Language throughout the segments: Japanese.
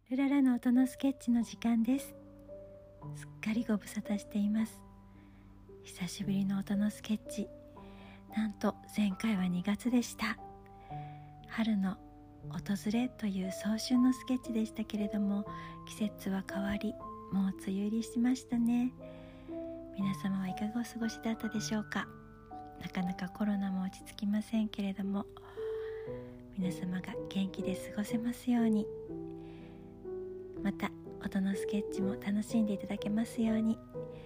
ルララの音のスケッチの時間です。すっかりご無沙汰しています。久しぶりの音のスケッチ、なんと前回は2月でした。春の訪れという早春のスケッチでしたけれども、季節は変わり、もう梅雨入りしましたね。皆様はいかがお過ごしだったでしょうか。なかなかコロナも落ち着きませんけれども、皆様が元気で過ごせますように、また音のスケッチも楽しんでいただけますように。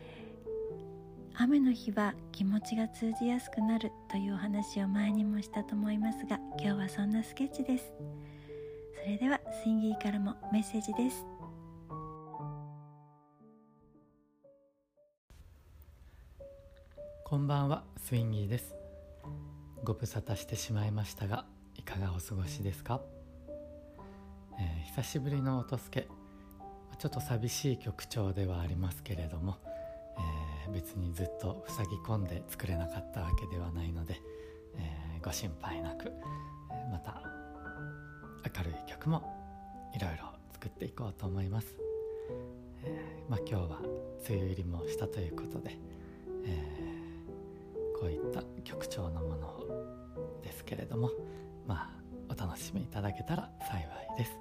雨の日は気持ちが通じやすくなるというお話を前にもしたと思いますが、今日はそんなスケッチです。それではスインギーからもメッセージです。 こんばんは、スインギーです。ご無沙汰してしまいましたが、いかがお過ごしですか。久しぶりの音スケ、ちょっと寂しい曲調ではありますけれども、別にずっと塞ぎ込んで作れなかったわけではないので、ご心配なく、また明るい曲もいろいろ作っていこうと思います。今日は梅雨入りもしたということで、こういった曲調のものですけれども、お楽しみいただけたら幸いです。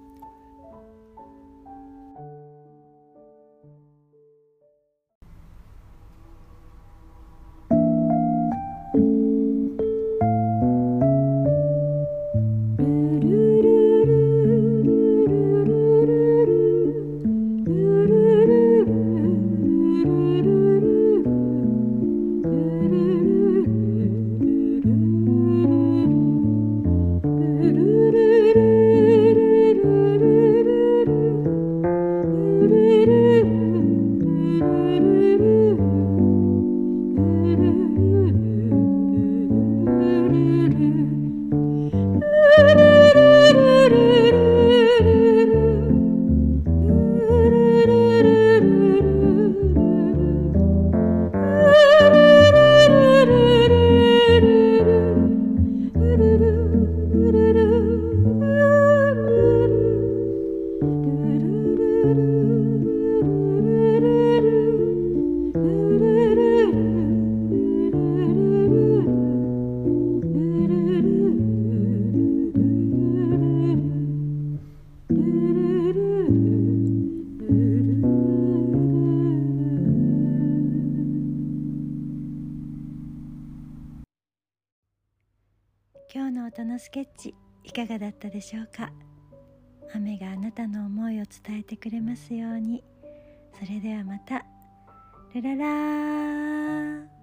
今日の音のスケッチいかがだったでしょうか。雨があなたの思いを伝えてくれますように。それではまた。ルララー。